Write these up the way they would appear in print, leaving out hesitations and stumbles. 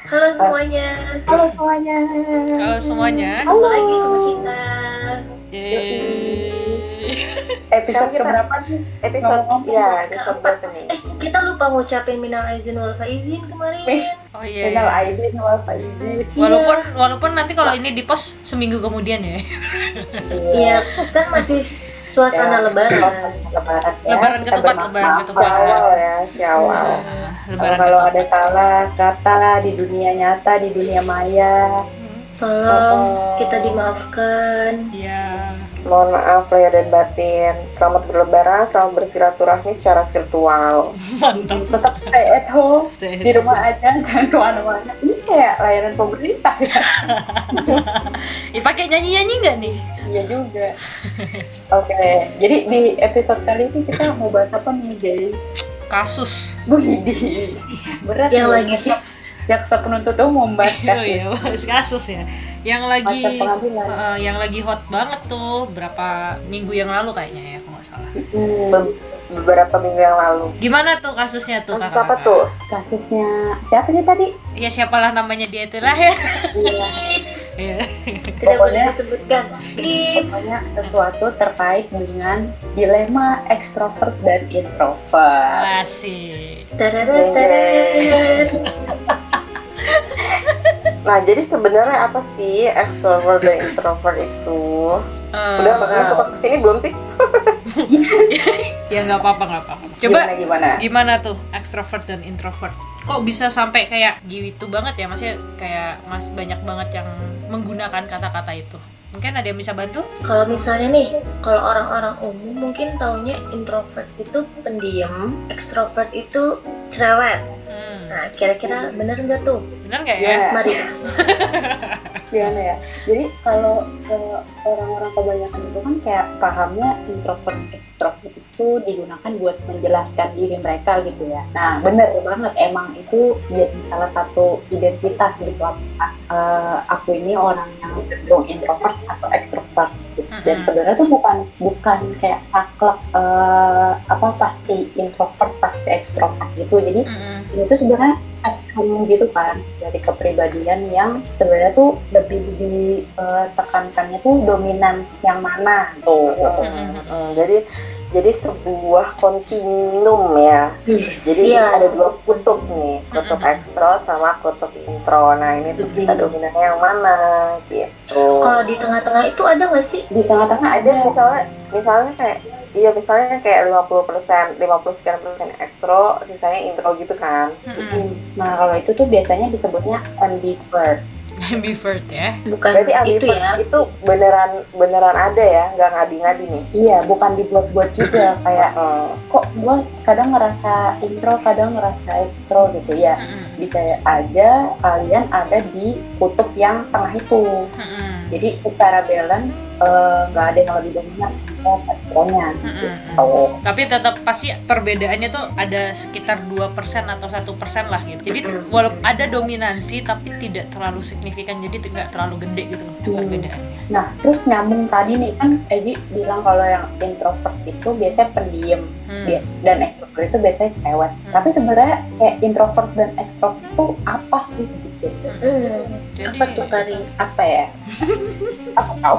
Halo semuanya. Halo semuanya. Halo semuanya. Ketemu lagi sama kita. Yeay. Episode Kita- keberapa nih? Episode Ngomong-ngomong, ya, Keempat. episode berapa nih? Kita lupa ngucapin minal aizin wal faizin kemarin. Oh iya. Minal iya. aidin wal faizin. Walaupun nanti kalau ini di post seminggu kemudian ya. Iya, kan masih suasana Ya, lebaran. Lebaran ya. Lebaran Kita ketupat, bermaaf lebaran ketupat. Syawal ya, Syawal. Lebaran Kalau ketupat. ada salah kata di dunia nyata, di dunia maya, Tolong kita dimaafkan. Iya. Mohon maaf lahir dan batin. Selamat berlebaran, selamat bersilaturahmi secara virtual. Mantap. tetap stay at home, di rumah aja, jangan kemana-mana. Ini kayak layanan pemerintah ya. Pakai nyanyi-nyanyi nggak nih? Iya juga. Oke, jadi di episode kali ini kita mau bahas apa nih guys? Kasus. Widih, berat Yang loh. lagi Jaksa penuntut umum bahas Oh iya, bahas kasus ya. Yang lagi Masa pengadilan. yang lagi hot banget tuh berapa minggu yang lalu kayaknya ya, kalau nggak salah. Beberapa minggu yang lalu. Gimana tuh kasusnya tuh, Kasus Kakak? apa tuh? Kasusnya siapa sih tadi? Ya siapalah namanya dia itulah ya. Iya, Iya. tidak boleh Pokoknya- disebutkan. Blip. pokoknya sesuatu terkait dengan dilema ekstrovert dan introvert. Asik. Tadadadadad. Nah, jadi sebenarnya apa sih extrovert dan introvert itu? Udah masuk ke sini belum sih? Ya nggak apa-apa. Coba Gimana? gimana tuh extrovert dan introvert? Kok bisa sampai kayak gitu banget ya? Maksudnya kayak banyak banget yang menggunakan kata-kata itu. Mungkin ada yang bisa bantu? Kalau misalnya nih, kalau orang-orang umum mungkin taunya introvert itu pendiam, extrovert itu cerewet. Nah, kira-kira bener nggak tuh? Bener nggak ya? Ya. Mari. Gimana ya? Jadi kalau ke orang-orang kebanyakan itu kan kayak pahamnya introvert extrovert itu digunakan buat menjelaskan diri mereka gitu ya. Nah bener banget, emang itu jadi salah satu identitas gitu. Aku ini orang yang cenderung introvert atau extrovert gitu. Dan sebenarnya tuh bukan kayak saklek pasti introvert pasti extrovert gitu. Jadi itu sebenarnya spektrum gitu kan dari kepribadian yang sebenarnya tuh lebih ditekankannya tuh dominans yang mana tuh. Jadi sebuah kontinum ya. Jadi Iya. ada dua kutub nih, kutub ekstro sama kutub intro. Nah, ini tuh kita dominannya yang mana gitu. Kalau di tengah-tengah itu ada nggak sih? Di tengah-tengah Ada misalnya kayak 50 sekian persen ekstro, sisanya intro gitu kan. Nah kalau itu tuh biasanya disebutnya ambivert. Ambivert ya. Bukan Berarti itu ambivert ya. itu beneran ada ya, nggak ngadi-ngadi nih. Iya, bukan dibuat-buat juga kayak Oh. kok gue kadang ngerasa intro, kadang ngerasa ekstro gitu ya. Bisa aja kalian ada di kutub yang tengah itu. Jadi secara balance nggak ada yang lebih dominan atau ekstronya gitu. Tapi tetap pasti perbedaannya tuh ada sekitar 2% atau 1% lah gitu. Jadi walaupun ada dominansi tapi tidak terlalu signifikan, jadi tidak terlalu gede gitu loh perbedaannya. Nah, terus nyambung tadi nih kan Egi bilang kalau yang introvert itu biasanya pendiam dan extrovert itu biasanya cerewet. Tapi sebenarnya kayak introvert dan extrovert itu apa sih gitu? Jadi Apa tuh Kari? Apa ya? Apa tahu?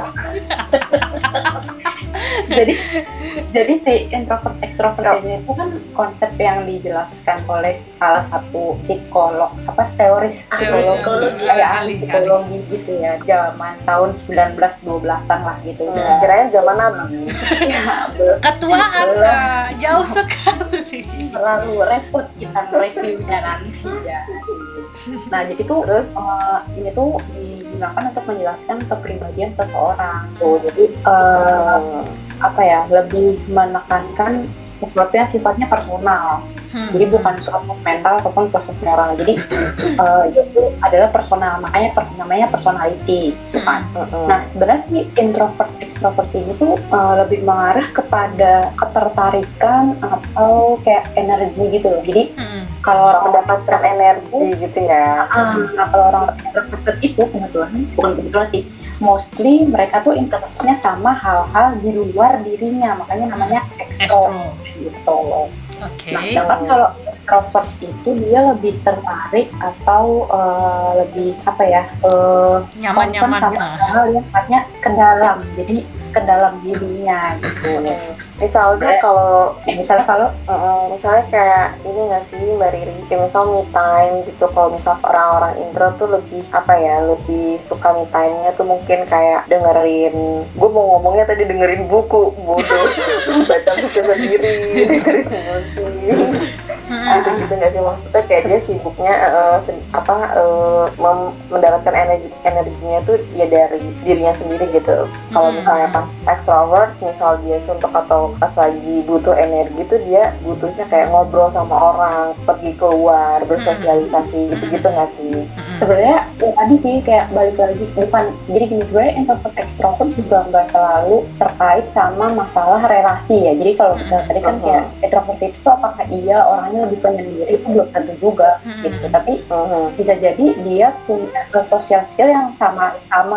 jadi si introvert extrovert ini itu kan konsep yang dijelaskan oleh salah satu psikolog teoris Psikologi. kayak Ahli. ahli psikologi gitu ya, zaman tahun 1912-an lah gitu. Kirain zaman Nabi. Ya, ketuaan Kak, jauh sekali. terlalu repot kita nge-reviewnya nanti ya. Nah jadi tuh ini tuh digunakan untuk menjelaskan kepribadian seseorang tuh. Jadi lebih menekankan sesuatu yang sifatnya personal. Jadi bukan proses mental ataupun proses moral. Jadi itu adalah personal, makanya namanya personality, bukan. Nah sebenarnya sih introvert extrovert ini tuh lebih mengarah kepada ketertarikan atau kayak energi gitu loh. Jadi kalau orang Mendapatkan energi gitu ya. nah kalau orang extrovert itu bukan kebetulan sih, mostly mereka tuh interestnya sama hal-hal di luar dirinya, makanya namanya extro gitu. Oke. Nah sedangkan kalau extrovert itu dia lebih tertarik atau lebih apa ya nyaman sama hal yang sifatnya ke dalam, jadi ke dalam dirinya gitu. Misalnya kalau misalnya kayak ini nggak sih Mbak Riri, kayak misal me time gitu. Kalau misal orang-orang intro tuh lebih apa ya, lebih suka me time-nya tuh mungkin kayak dengerin, gue mau ngomongnya tadi dengerin buku baca buku sendiri, dengerin musik gitu nggak sih, maksudnya kayak dia sibuknya mendapatkan energinya tuh ya dari dirinya sendiri gitu. Kalau misalnya pas extrovert, misal dia suntuk atau pas lagi butuh energi tuh dia butuhnya kayak ngobrol sama orang, pergi keluar, bersosialisasi gitu-gitu nggak sih? Sebenarnya ya tadi sih kayak balik lagi, bukan jadi gini, sebenarnya introvert extrovert juga nggak selalu terkait sama masalah relasi ya. Jadi kalau misalnya tadi kan kayak introvert itu tuh apakah iya orangnya lebih penyendiri, itu belum tentu juga gitu. Tapi bisa jadi dia punya social skill yang sama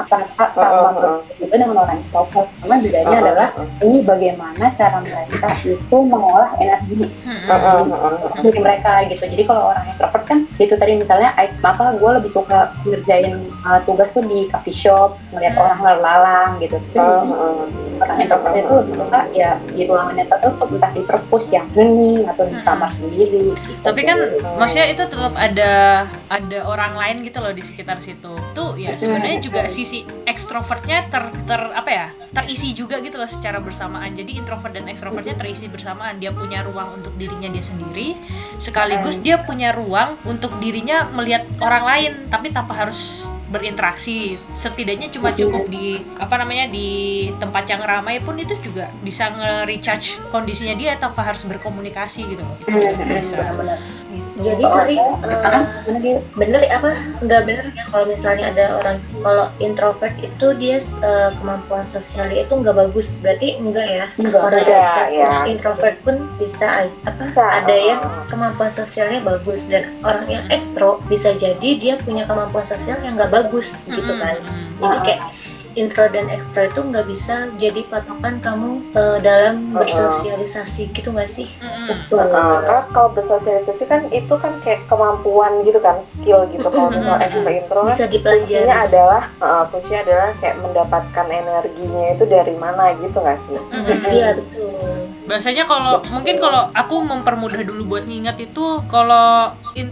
juga dengan orang extrovert. Karena bedanya adalah ini bagaimana cara mereka itu mengolah energi dari mereka gitu. Jadi kalau orang extrovert kan itu tadi misalnya maka gue lebih suka ngerjain tugas tuh di coffee shop, ngeliat orang lalu-lalang gitu. Orang introvert itu lebih suka ya di ruangan yang tertutup, entah di perpus yang hening atau di kamar sendiri gitu. Tapi kan maksudnya itu tetap ada orang lain gitu loh di sekitar situ. Tuh ya sebenarnya juga sisi ekstrovertnya terisi juga gitu loh secara bersamaan. Jadi introvert dan ekstrovertnya terisi bersamaan. Dia punya ruang untuk dirinya dia sendiri, sekaligus dia punya ruang untuk dirinya melihat orang lain, tapi tanpa harus berinteraksi. Setidaknya cuma cukup di di tempat yang ramai pun itu juga bisa nge-recharge kondisinya dia tanpa harus berkomunikasi gitu loh. Itu bisa. Benar-benar. Jadi kali bener nggak bener ya kalau misalnya ada orang, kalau introvert itu dia kemampuan sosialnya itu nggak bagus, berarti enggak ya? Orang introvert pun bisa ada yang kemampuan sosialnya bagus, dan orang yang ekstro bisa jadi dia punya kemampuan sosial yang nggak bagus gitu kan. Jadi kayak intro dan ekstro itu nggak bisa jadi patokan kamu dalam bersosialisasi gitu nggak sih? Karena kalau bersosialisasi kan itu kan kayak kemampuan gitu kan, skill gitu. Kalau misalnya intro bisa dipelajari. Kuncinya adalah kayak mendapatkan energinya itu dari mana gitu nggak sih? Iya betul. Bahasanya kalau aku mempermudah dulu buat ngingat itu, kalau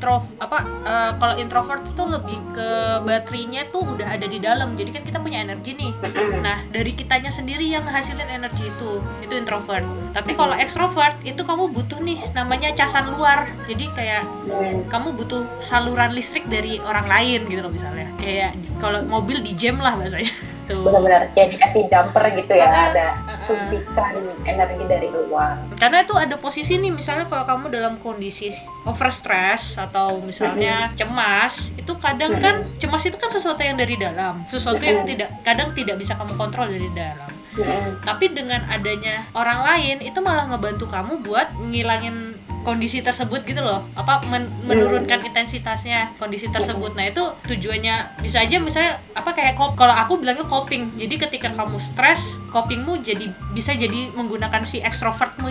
introvert itu lebih ke baterainya tuh udah ada di dalam. Jadi kan kita punya energi nih. Nah, dari kitanya sendiri yang hasilin energi itu introvert. Tapi kalau extrovert itu kamu butuh nih namanya casan luar. Jadi kayak kamu butuh saluran listrik dari orang lain gitu loh, misalnya. Kayak kalau mobil di jam lah bahasanya. Tuh. Benar-benar kayak dikasih jumper gitu ya, ada suntikan energi dari luar. Karena itu ada posisi nih, misalnya kalau kamu dalam kondisi over stress atau misalnya cemas, itu kadang kan cemas itu kan sesuatu yang dari dalam, sesuatu yang kadang tidak bisa kamu kontrol dari dalam. Tapi dengan adanya orang lain itu malah ngebantu kamu buat ngilangin kondisi tersebut gitu loh, menurunkan intensitasnya kondisi tersebut. Nah itu tujuannya bisa aja misalnya kayak kalau aku bilangnya coping. Jadi ketika kamu stres, copingmu bisa jadi menggunakan sisi extrovertmu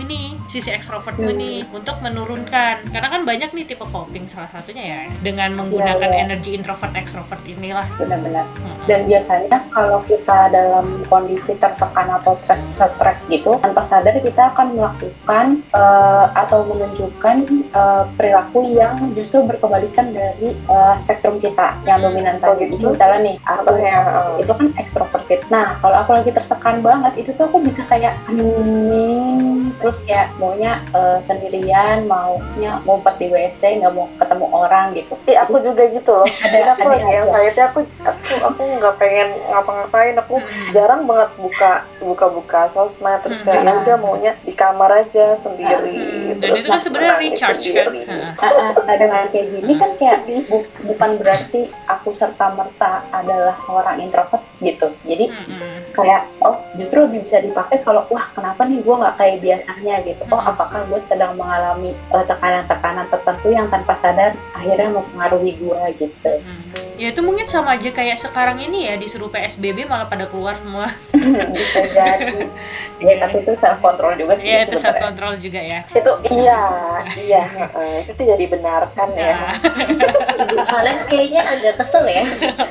ini untuk menurunkan. Karena kan banyak nih tipe coping, salah satunya ya dengan menggunakan energi introvert extrovert inilah. Benar-benar. Dan biasanya kalau kita dalam kondisi tertekan atau stres gitu, tanpa sadar kita akan melakukan atau menunjukkan perilaku yang justru berkebalikan dari spektrum kita yang dominan tadi. Gitu. Misalnya nih, aku itu kan extroverted. Nah, kalau aku lagi tertekan banget, itu tuh aku bisa kayak hening, terus ya maunya sendirian, maunya ngumpet di WC, nggak mau ketemu orang gitu. Aku juga gitu loh. Ada aku lagi yang kayaknya aku nggak pengen ngapa-ngapain. Aku jarang banget buka sosmed, terus kayak udah maunya di kamar aja sendiri. Dan itu kan sebenarnya recharge kan. Nah dengan kayak gini kan kayak bukan berarti aku serta-merta adalah seorang introvert gitu. Jadi kayak justru lebih bisa dipakai kalau kenapa nih gue nggak kayak biasanya gitu. Apakah gue sedang mengalami tekanan-tekanan tertentu yang tanpa sadar akhirnya mempengaruhi gue gitu. Ya itu mungkin sama aja kayak sekarang ini ya, disuruh PSBB malah pada keluar semua. Bisa jadi. Ya tapi itu self control juga sih. Iya, itu self sebenarnya. control juga ya. Itu itu tidak dibenarkan ya. Ibu kalian kayaknya agak kesel ya.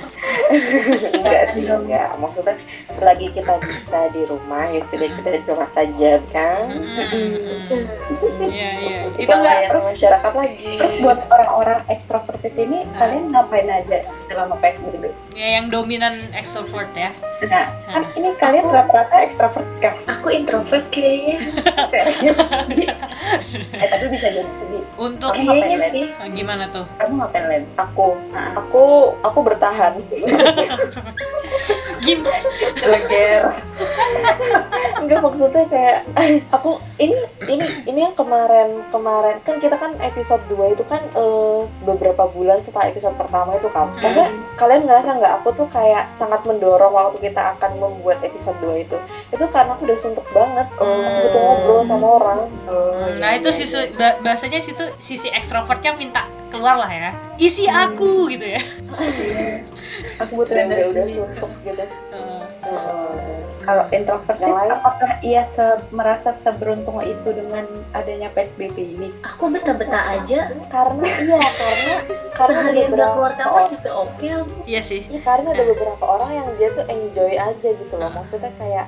Enggak. Maksudnya selagi kita bisa di rumah, ya sudah kita di rumah saja kan. Iya. Itu Itu enggak enggak masyarakat lagi. Terus buat orang-orang extroverted ini kalian ngapain aja selama PSBB? ya yang dominan extrovert ya. Nah, kan ini kalian rata-rata extrovert kan? Aku introvert kayaknya. Tapi bisa jadi sedih. Untuk Kamu ngapain, Kayaknya Len? sih. gimana tuh? Kamu ngapain Len? Aku bertahan. Gimana? Leger. Enggak, maksudnya kayak aku ini yang kemarin kan kita kan episode 2 itu kan beberapa bulan setelah episode pertama itu kan. Maksudnya kalian ngerasa nggak aku tuh kayak sangat mendorong waktu kita akan membuat episode 2 itu karena aku udah suntuk banget. Aku butuh ngobrol sama orang. Nah itu bahasanya situ sisi ekstrovertnya minta keluar lah ya, isi aku gitu ya. Aku butuh udah energi. suntuk gitu. Kalau introvert Yang lain? apakah ia merasa seberuntung itu dengan adanya PSBB ini? Aku betah-betah aja. Karena Seharian ada gak keluar beberapa kamar juga oke aku. Iya sih. Iya, karena ada beberapa orang yang dia tuh enjoy aja gitu loh. Maksudnya kayak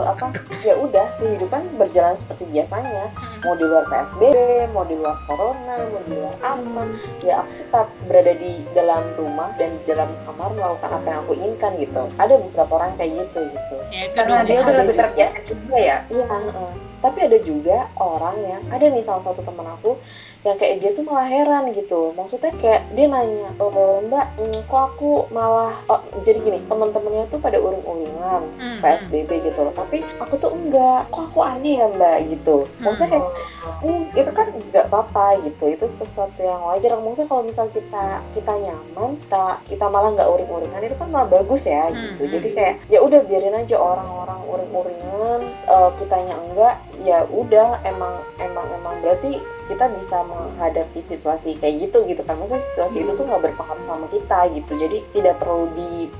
ya udah kehidupan berjalan seperti biasanya. Mau di luar PSBB, mau di luar corona, mau di luar apa, ya aku tetap berada di dalam rumah dan di dalam kamar melakukan apa yang aku inginkan gitu. Ada beberapa orang kayak gitu. Ya itu Karena dia udah ada lebih juga. terbiasa juga ya. Iya, tapi ada juga orang yang ada nih salah satu teman aku yang kayak dia tuh malah heran gitu. Maksudnya kayak dia nanya, Mbak, kok aku malah jadi gini, teman-temannya tuh pada uring-uringan PSBB gitu loh. Tapi aku tuh enggak, kok aku aneh ya Mbak gitu. Maksudnya kayak itu kan nggak apa-apa gitu. Itu sesuatu yang wajar. Maksudnya kalau misal kita nyaman, kita malah nggak uring-uringan, itu kan malah bagus ya gitu. Jadi kayak ya udah biarin aja orang-orang uring-uringan, kitanya enggak, ya udah emang berarti kita bisa menghadapi situasi kayak gitu kan. Maksudnya situasi itu tuh nggak berpengaruh sama kita gitu, jadi tidak perlu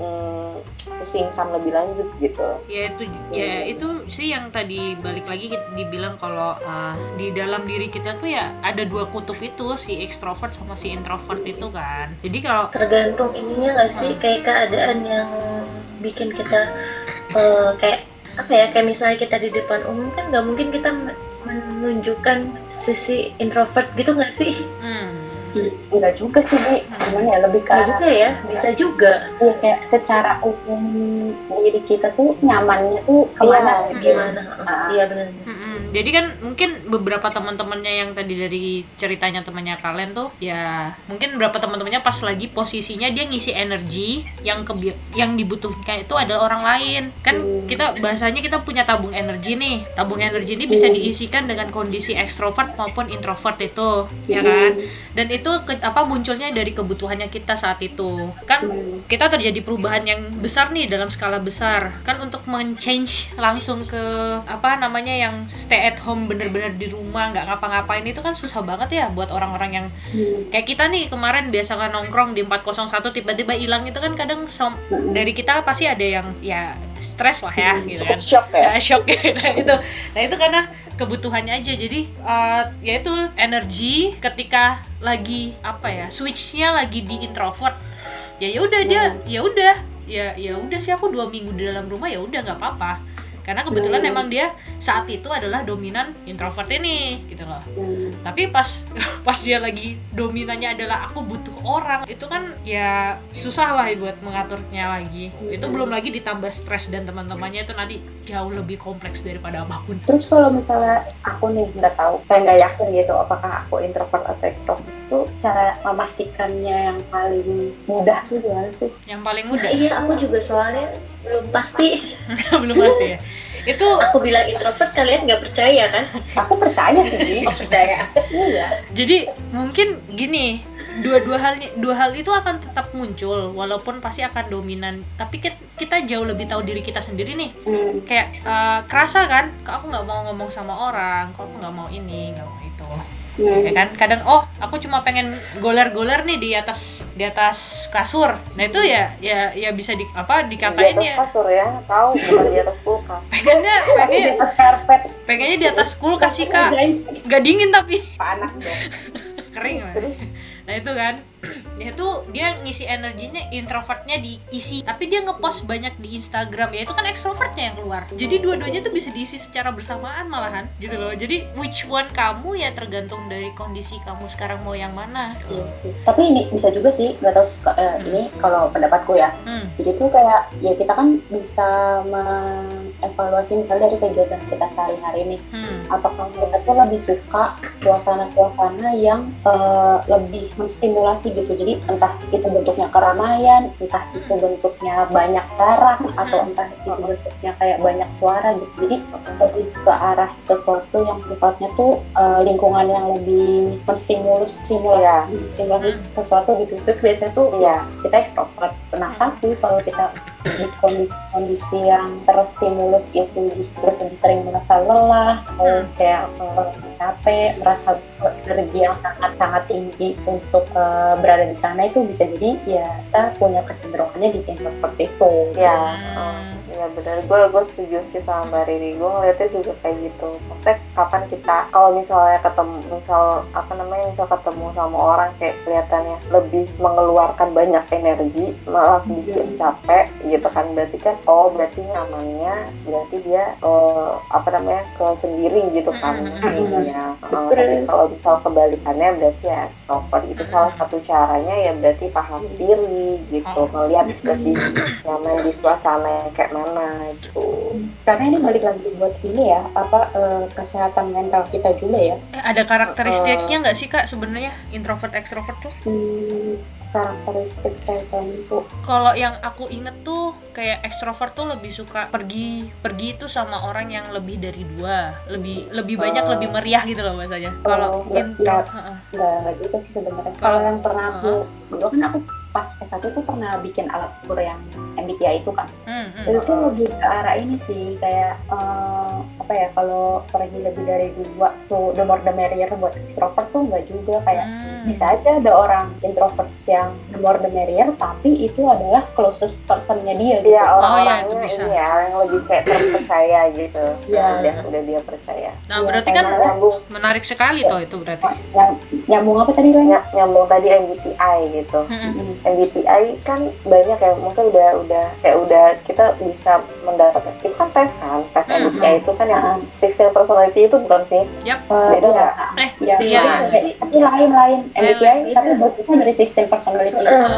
pusingkan lebih lanjut gitu. Ya itu sih yang tadi balik lagi dibilang kalau di dalam diri kita tuh ya ada dua kutub itu, si extrovert sama si introvert itu kan. Jadi kalau Tergantung ininya nggak sih, kayak keadaan yang bikin kita kayak apa ya, kayak misalnya kita di depan umum kan nggak mungkin kita menunjukkan sisi introvert gitu nggak sih? Enggak juga sih, Bi. Gimana ya, lebih ke Nggak juga ya, bisa juga. ya, kayak secara umum diri kita tuh nyamannya tuh kemana gitu. Gimana? Iya benar. jadi kan mungkin beberapa teman-temannya yang tadi dari ceritanya temannya kalian tuh ya mungkin beberapa teman-temannya pas lagi posisinya dia ngisi energi yang dibutuhkan itu adalah orang lain kan. Kita bahasanya kita punya tabung energi nih. Tabung energi ini bisa diisikan dengan kondisi ekstrovert maupun introvert itu, ya kan? Dan itu munculnya dari kebutuhannya kita saat itu kan. Kita terjadi perubahan yang besar nih dalam skala besar kan, untuk men-change langsung ke yang stay at home, bener-bener di rumah nggak ngapa-ngapain, itu kan susah banget ya buat orang-orang yang kayak kita nih kemarin biasa kan nongkrong di 401 tiba-tiba hilang. Itu kan kadang dari kita pasti ada yang ya stres lah ya gitu kan, Shock ya? shock nah itu karena kebutuhannya aja. Jadi ya itu energi ketika lagi switchnya lagi di introvert, ya udah dia ya udah sih aku 2 minggu di dalam rumah ya udah nggak apa-apa, karena kebetulan emang dia saat itu adalah dominan introvert ini gitu loh. Tapi pas dia lagi dominannya adalah aku butuh orang, itu kan ya susah lah buat mengaturnya lagi. Itu belum lagi ditambah stres dan teman-temannya itu nanti jauh lebih kompleks daripada apapun. Terus kalau misalnya aku nih nggak tahu, saya nggak yakin gitu apakah aku introvert atau extrovert, itu cara memastikannya yang paling mudah tuh gimana sih? Yang paling mudah Iya, aku juga soalnya belum pasti. belum pasti ya. Itu Aku bilang introvert, kalian nggak percaya kan? Aku percaya sih. Oh, percaya. Iya. jadi mungkin gini, dua hal itu akan tetap muncul walaupun pasti akan dominan, tapi kita jauh lebih tahu diri kita sendiri nih. Kayak kerasa kan, kok aku nggak mau ngomong sama orang, kok aku nggak mau ini, nggak mau itu. ya kan. Kadang aku cuma pengen goler-goler nih di atas kasur. Nah itu ya bisa dikatain di atas kasur ya, tahu bukan di atas kulkas. Pengennya di atas kulkas sih Kak, nggak dingin tapi panas dong. Kering lah. Nah itu kan itu dia ngisi energinya, introvertnya diisi, tapi dia ngepost banyak di Instagram, ya itu kan extrovertnya yang keluar. Jadi dua-duanya tuh bisa diisi secara bersamaan malahan gitu loh. Jadi which one kamu ya tergantung dari kondisi kamu sekarang mau yang mana. Iya sih. Tapi ini bisa juga sih, nggak tahu ini kalau pendapatku ya. Jadi tuh kayak ya kita kan bisa mengevaluasi misalnya dari kegiatan kita sehari-hari nih. Apakah kita tuh lebih suka suasana-suasana yang lebih menstimulasi gitu. Jadi entah itu bentuknya keramaian, entah itu bentuknya banyak orang, atau entah itu bentuknya kayak banyak suara gitu. Jadi lebih ke arah sesuatu yang sifatnya tuh lingkungan yang lebih menstimulasi sesuatu gitu. Itu biasanya tuh ya kita ekstrovert. Nah tapi kalau kita di kondisi yang terus stimulus itu justru lebih sering merasa lelah, atau kayak capek, merasa energi yang sangat-sangat tinggi untuk berada di sana, itu bisa jadi ya kita punya kecenderungannya di introvert itu. Ya benar, gue setuju sih sama Mbak Riri. Gue ngeliatnya juga kayak gitu. Maksudnya kapan kita kalau misalnya ketemu ketemu sama orang kayak kelihatannya lebih mengeluarkan banyak energi, malah bikin capek gitu kan, berarti kan nyamannya berarti dia ke sendiri gitu kan ininya. Tapi kalau misal kebalikannya berarti ya extrovert. Itu salah satu caranya ya berarti paham diri gitu, melihat lebih nyaman di suasana yang kayak mana gitu. Karena ini balik lagi buat ini ya, kesehatan mental kita juga ya. Ada karakteristiknya nggak sih Kak sebenarnya introvert extrovert tuh? Karakteristik tertentu. Kalau yang aku inget tuh kayak extrovert tuh lebih suka pergi itu sama orang yang lebih dari 2, lebih banyak, lebih meriah gitu loh bahasanya. Kalau enggak juga sih sebenarnya. Kalau yang pernah dulu kan aku pas S1 tuh pernah bikin alat ukur yang MBTI itu kan. Itu tuh lebih ke arah ini sih, kayak kalau pergi lebih dari 2 tuh the more the merrier. Buat extrovert tuh enggak juga, kayak bisa aja ada orang introvert yang the more the merrier, tapi itu adalah closest personnya dia gitu. Iya, orang-orangnya itu bisa. Ini ya yang lebih kayak terpercaya gitu. Udah dia percaya. Nah, berarti kan menarik sekali toh itu berarti. Nyambung apa tadi Len? Nyambung tadi MBTI gitu. MBTI kan banyak ya, maksudnya udah kita bisa mendapatkan. Itu kan tes MBTI itu kan yang 16 personality itu bukan sih? Beda nggak? Tapi lain MBTI, tapi bentuknya dari 16 personality.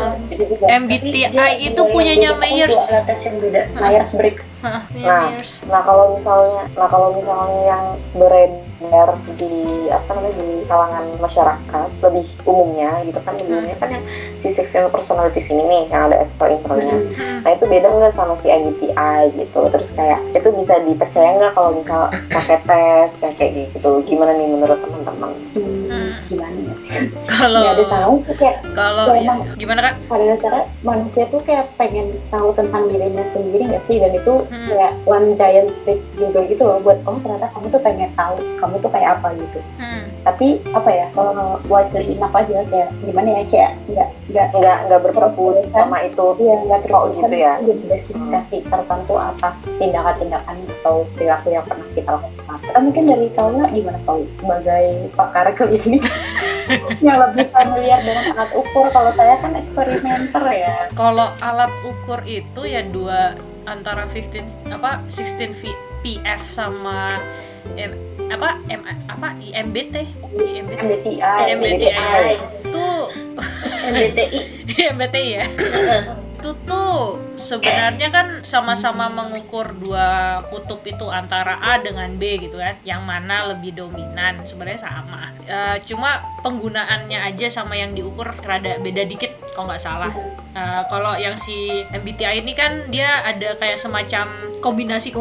MBTI itu punyanya Myers. Myers-Briggs. Nah kalau misalnya yang beredar di kalangan masyarakat lebih umumnya gitu kan, yang si 16 personality ini nih yang ada extro intronya. Nah itu beda nggak sama si MBTI gitu? Terus kayak itu bisa dipercaya nggak kalau misal pakai tes kayak gitu? Gimana nih menurut teman-teman? Gimana ya? Kalau nggak ada tahu kayak gimana Kak? Pada dasarnya manusia tuh kayak pengen tahu tentang dirinya sendiri nggak sih, dan itu kayak one giant leap juga gitu loh buat ternyata kamu tuh pengen tahu kamu tuh kayak apa gitu. Tapi kalau wisely enough aja, kayak gimana ya, kayak nggak berperburu sama itu. Iya, nggak terus gitu ya. Jadi justifikasi tertentu atas tindakan-tindakan atau perilaku yang pernah kita lakukan. Atau mungkin dari Kaula gimana Kaula sebagai pakar klinis yang lebih familiar dengan alat ukur? Kalau saya kan eksperimenter ya. Kalau alat ukur itu ya antara 16 PF sama MBTI itu MBTI ya. Itu tuh sebenarnya kan sama-sama mengukur 2 kutub itu, antara A dengan B gitu kan, yang mana lebih dominan. Sebenarnya sama, cuma penggunaannya aja sama yang diukur rada beda dikit kalau nggak salah. Kalau yang si MBTI ini kan dia ada kayak semacam kombinasi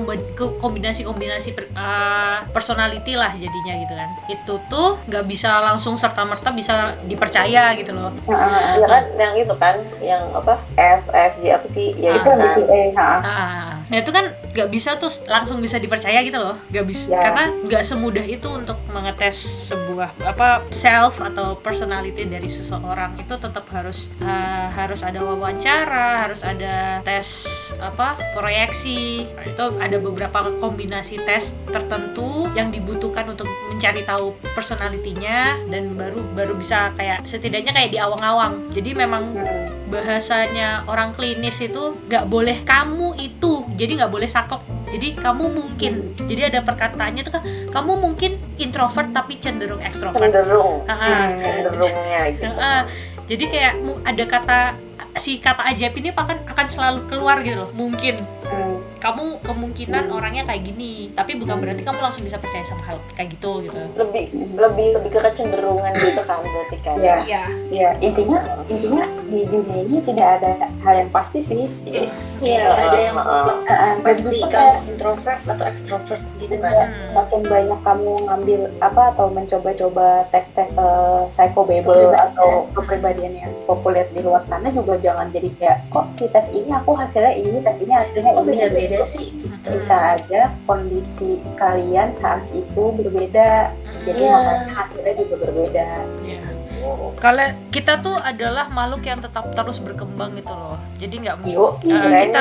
personality lah jadinya gitu kan. Itu tuh nggak bisa langsung serta-merta bisa dipercaya gitu loh. Ya kan yang itu kan yang S, F, G apa sih? Ya itu MBTI. Nah itu kan nggak bisa tuh langsung bisa dipercaya gitu loh, nggak bisa karena nggak semudah itu untuk mengetes sebuah self atau personality dari seseorang. Itu tetap harus ada wawancara, harus ada tes proyeksi. Itu ada beberapa kombinasi tes tertentu yang dibutuhkan untuk mencari tahu personalitinya, dan baru bisa kayak setidaknya kayak di awang-awang. Jadi memang bahasanya orang klinis itu nggak boleh kamu itu, jadi nggak boleh saklek. Jadi kamu mungkin, jadi ada perkataannya tuh kan, kamu mungkin introvert tapi cenderung ekstrovert. Cenderungnya gitu. Jadi kayak ada kata ajaib ini akan selalu keluar gitu loh. Mungkin kamu kemungkinan orangnya kayak gini, tapi bukan berarti kamu langsung bisa percaya sama hal kayak gitu. Lebih ke kecenderungan gitu kan berarti kan. Ya, intinya di dunia ini tidak ada hal yang pasti sih. Iya, ada yang pasti kamu introvert atau extrovert gitu kan. Makin banyak kamu ngambil atau mencoba-coba tes psychobabble atau kepribadian yang populer di luar sana, juga jangan jadi kayak kok si tes ini aku hasilnya ini, tes ini hasilnya ini. Beda-beda sih gitu. Bisa aja kondisi kalian saat itu berbeda, jadi makanya hasilnya juga berbeda. Kalau kita tuh adalah makhluk yang tetap terus berkembang gitu loh. Jadi nggak kita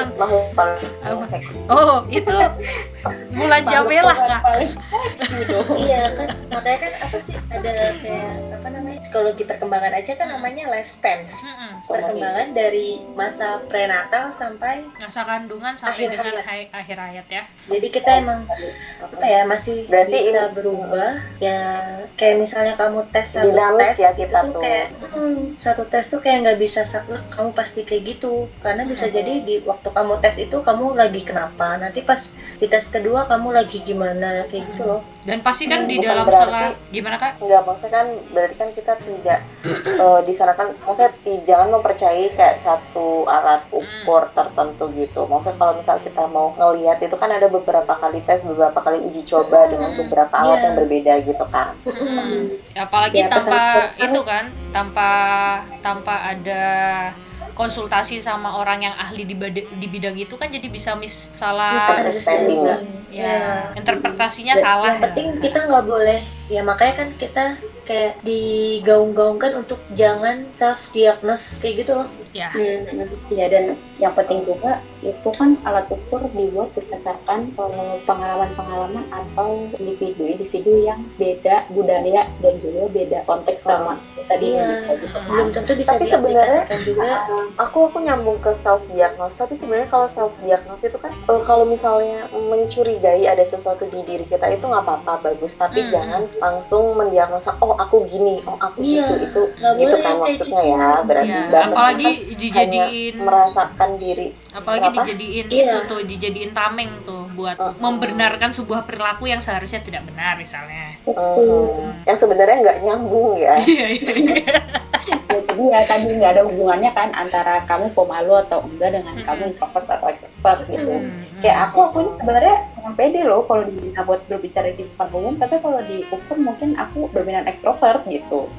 itu Mulan Jamila Kak. Iya kan, makanya kan ada kayak psikologi perkembangan aja kan namanya lifespan. Perkembangan dari masa prenatal sampai masa kandungan sampai dengan akhir hayat ya. Jadi kita emang masih bisa berubah ya. Kayak misalnya kamu tes satu tes ya, kita tuh kayak satu tes tuh kayak nggak bisa saklek kamu pasti kayak gitu, karena bisa jadi di waktu kamu tes itu kamu lagi kenapa, nanti pas di tes kedua kamu lagi gimana kayak gitu loh. Dan pasti kan di dalam gimana Kak? Enggak, maksudnya kan berarti kan kita tidak disarankan, maksudnya jangan mempercayai kayak satu alat ukur tertentu gitu. Maksudnya kalau misal kita mau ngelihat itu kan ada beberapa kali tes, beberapa kali uji coba dengan beberapa alat yang berbeda gitu kan. Apalagi tanpa ada konsultasi sama orang yang ahli di bidang itu kan jadi bisa salah interpretasinya salah. Yang penting kita nggak boleh ya, makanya kan kita kayak digaung-gaungkan untuk jangan self diagnose kayak gitu loh. Ya. Dan yang penting juga itu kan alat ukur dibuat berdasarkan pengalaman-pengalaman atau individu yang beda budaya dan juga beda konteks sama tadi. Belum tentu bisa diaplikasikan juga. Aku nyambung ke self diagnose, tapi sebenarnya kalau self diagnose itu kan kalau misalnya mencurigai ada sesuatu di diri kita itu nggak apa-apa, bagus, tapi jangan langsung mendiagnosa aku gini, aku gitu, itu kan maksudnya ya, berarti apalagi dijadiin merasakan diri, apalagi dijadiin tameng tuh buat membenarkan sebuah perilaku yang seharusnya tidak benar misalnya. Yang sebenarnya nggak nyambung ya. Jadi ya tadi nggak ada hubungannya kan antara kamu pemalu atau enggak dengan kamu introvert atau extrovert gitu. Kayak aku ini sebenarnya kurang pede loh kalau diminta buat berbicara di depan umum, tapi kalau diukur mungkin aku dominan extrovert gitu.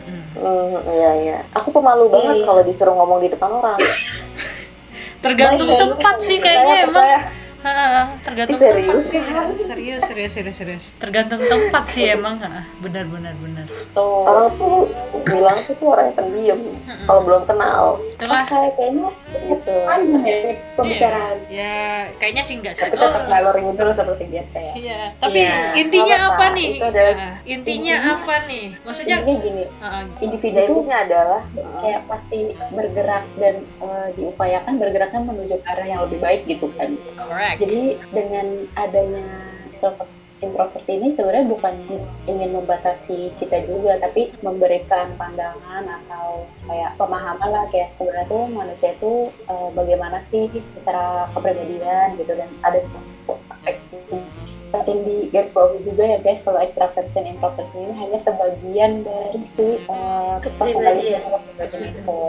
Iya. Aku pemalu banget kalau disuruh ngomong di depan orang. Tergantung tempat sih kayaknya emang. Tergantung tempat sih. Serius. Tergantung tempat sih emang. Benar. Orang tuh bilang tuh orang yang pendiam kalau belum kenal. Itulah. Kayaknya gitu. Panjang ya pembicaraan. Ya, kayaknya sih enggak sih. Tapi tetap ngalor ngidul seperti biasa ya. Iya. Tapi intinya apa nih? Intinya apa nih? Maksudnya gini. Individu itu adalah kayak pasti bergerak dan diupayakan bergeraknya menuju ke arah yang lebih baik gitu kan. Correct. Jadi dengan adanya introvert ini sebenarnya bukan ingin membatasi kita juga, tapi memberikan pandangan atau kayak pemahaman lah, kayak sebenarnya tuh manusia itu bagaimana sih secara kepribadian gitu, dan ada aspek penting di garis bawah juga ya guys, kalau extraversion introversion ini hanya sebagian dari kepribadian itu.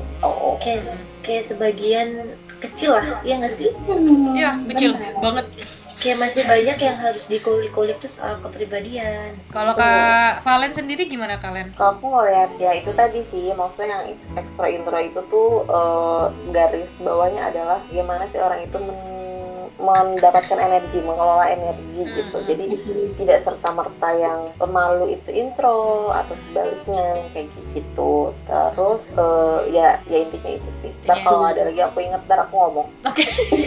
Kayak sebagian kecil lah, iya nggak sih? Iya, kecil banget. Kayak masih banyak yang harus dikulik-kulik tuh soal kepribadian. Kalau Kak Valen sendiri gimana kalian? Kalau aku ngeliat ya itu tadi sih, maksudnya yang extra intro itu tuh garis bawahnya adalah gimana sih orang itu mendapatkan energi, mengelola energi gitu. Jadi tidak serta-merta yang pemalu itu intro atau sebaliknya kayak gitu. Terus ya intinya itu sih. Ntar kalau ada lagi aku inget, ntar aku ngomong. Oke.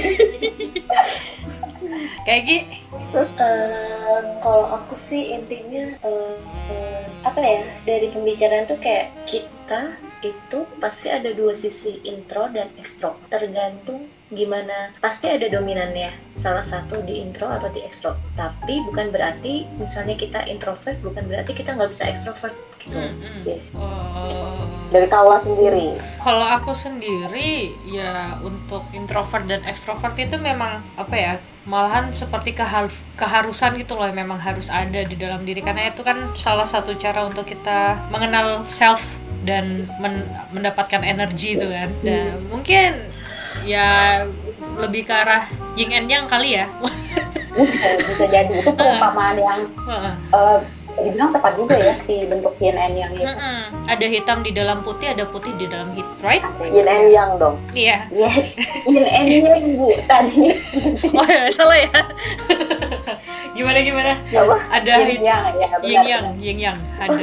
Kayak gitu. Kalau aku sih intinya apa ya, dari pembicaraan tuh kayak kita itu pasti ada dua sisi, intro dan ekstro, tergantung gimana. Pasti ada dominannya salah satu di intro atau di ekstro, tapi bukan berarti misalnya kita introvert bukan berarti kita nggak bisa ekstrovert gitu. Yes. Dari Kaula sendiri, Kalau aku sendiri ya untuk introvert dan ekstrovert itu memang apa ya, malahan seperti keharusan gitu loh, memang harus ada di dalam diri, karena itu kan salah satu cara untuk kita mengenal self dan mendapatkan energi itu kan. Dan mungkin ya lebih ke arah yin and yang kali ya. Bisa jadi itu perumpamaan yang dibilang tepat juga ya, si bentuk yin and yang itu. Ada hitam di dalam putih, ada putih di dalam hitam, right? yin and yang dong. Iya. Yes, yin and yang Bu tadi. Oh ya, salah ya. Gimana? Ada yin yang ya, yin yang.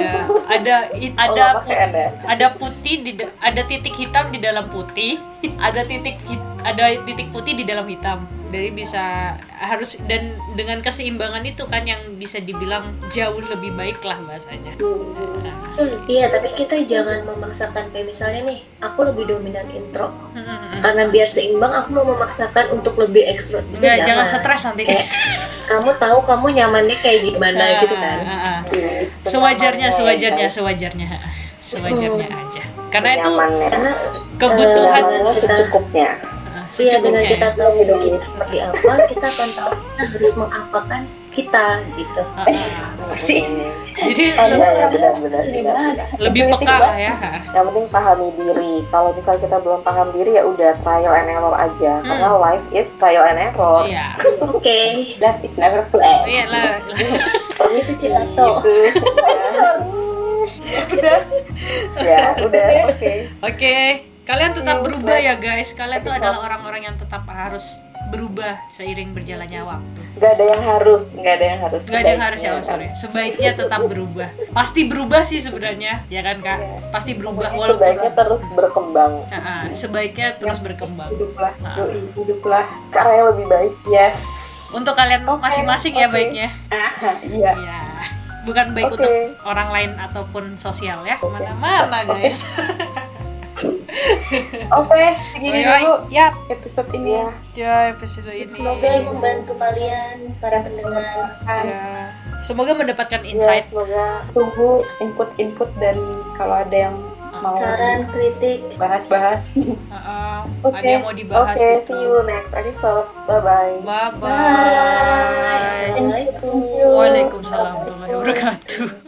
Ada putih ada titik hitam di dalam putih, ada titik putih di dalam hitam. Jadi bisa harus, dan dengan keseimbangan itu kan yang bisa dibilang jauh lebih baik lah bahasanya. Iya, tapi kita jangan memaksakan, kayak misalnya nih, aku lebih dominan intro. Karena biar seimbang aku mau memaksakan untuk lebih ekstro. Enggak, jangan stres nanti. Kamu tahu kamu nyamannya kayak gimana gitu kan. Sewajarnya aja. Karena itu Karena kebutuhan Secukupnya. iya, dengan kita tahu hidup kita seperti apa, kita akan tahu kita harus mengapakan kita gitu. Sih. Jadi Benar. lebih peka lah ya. Yang penting pahami diri. Kalau misalnya kita belum paham diri ya udah trial and error aja. Karena life is trial and error. Iya. Oke. Life is never planned. Iya lah. Itu Cilato. Udah. Oke. Kalian tetap berubah ya guys. Kalian tuh adalah orang-orang yang tetap harus berubah seiring berjalannya waktu. Gak ada yang harus. Gak ada yang harus ya, sorry. Sebaiknya tetap berubah. Pasti berubah sih sebenarnya, ya kan Kak? Pasti berubah walaupun Sebaiknya terus berkembang. Sebaiknya terus berkembang. Hiduplah Cara yang lebih baik. yes. Untuk kalian masing-masing ya baiknya. Iya. Ya. Bukan baik untuk orang lain ataupun sosial ya. Mana-mana guys. Oke, segini dulu Yap. episode ini Ya, episode ini. Semoga membantu kalian para pendengar. Ya. Semoga mendapatkan Ya, insight. semoga Tunggu input dan kalau ada yang mau Saran, kritik. bahas-bahas. Ada yang mau dibahas see gitu. you next episode. Bye-bye. Bye bye. Bye. Assalamualaikum. Waalaikumsalam warahmatullahi wabarakatuh.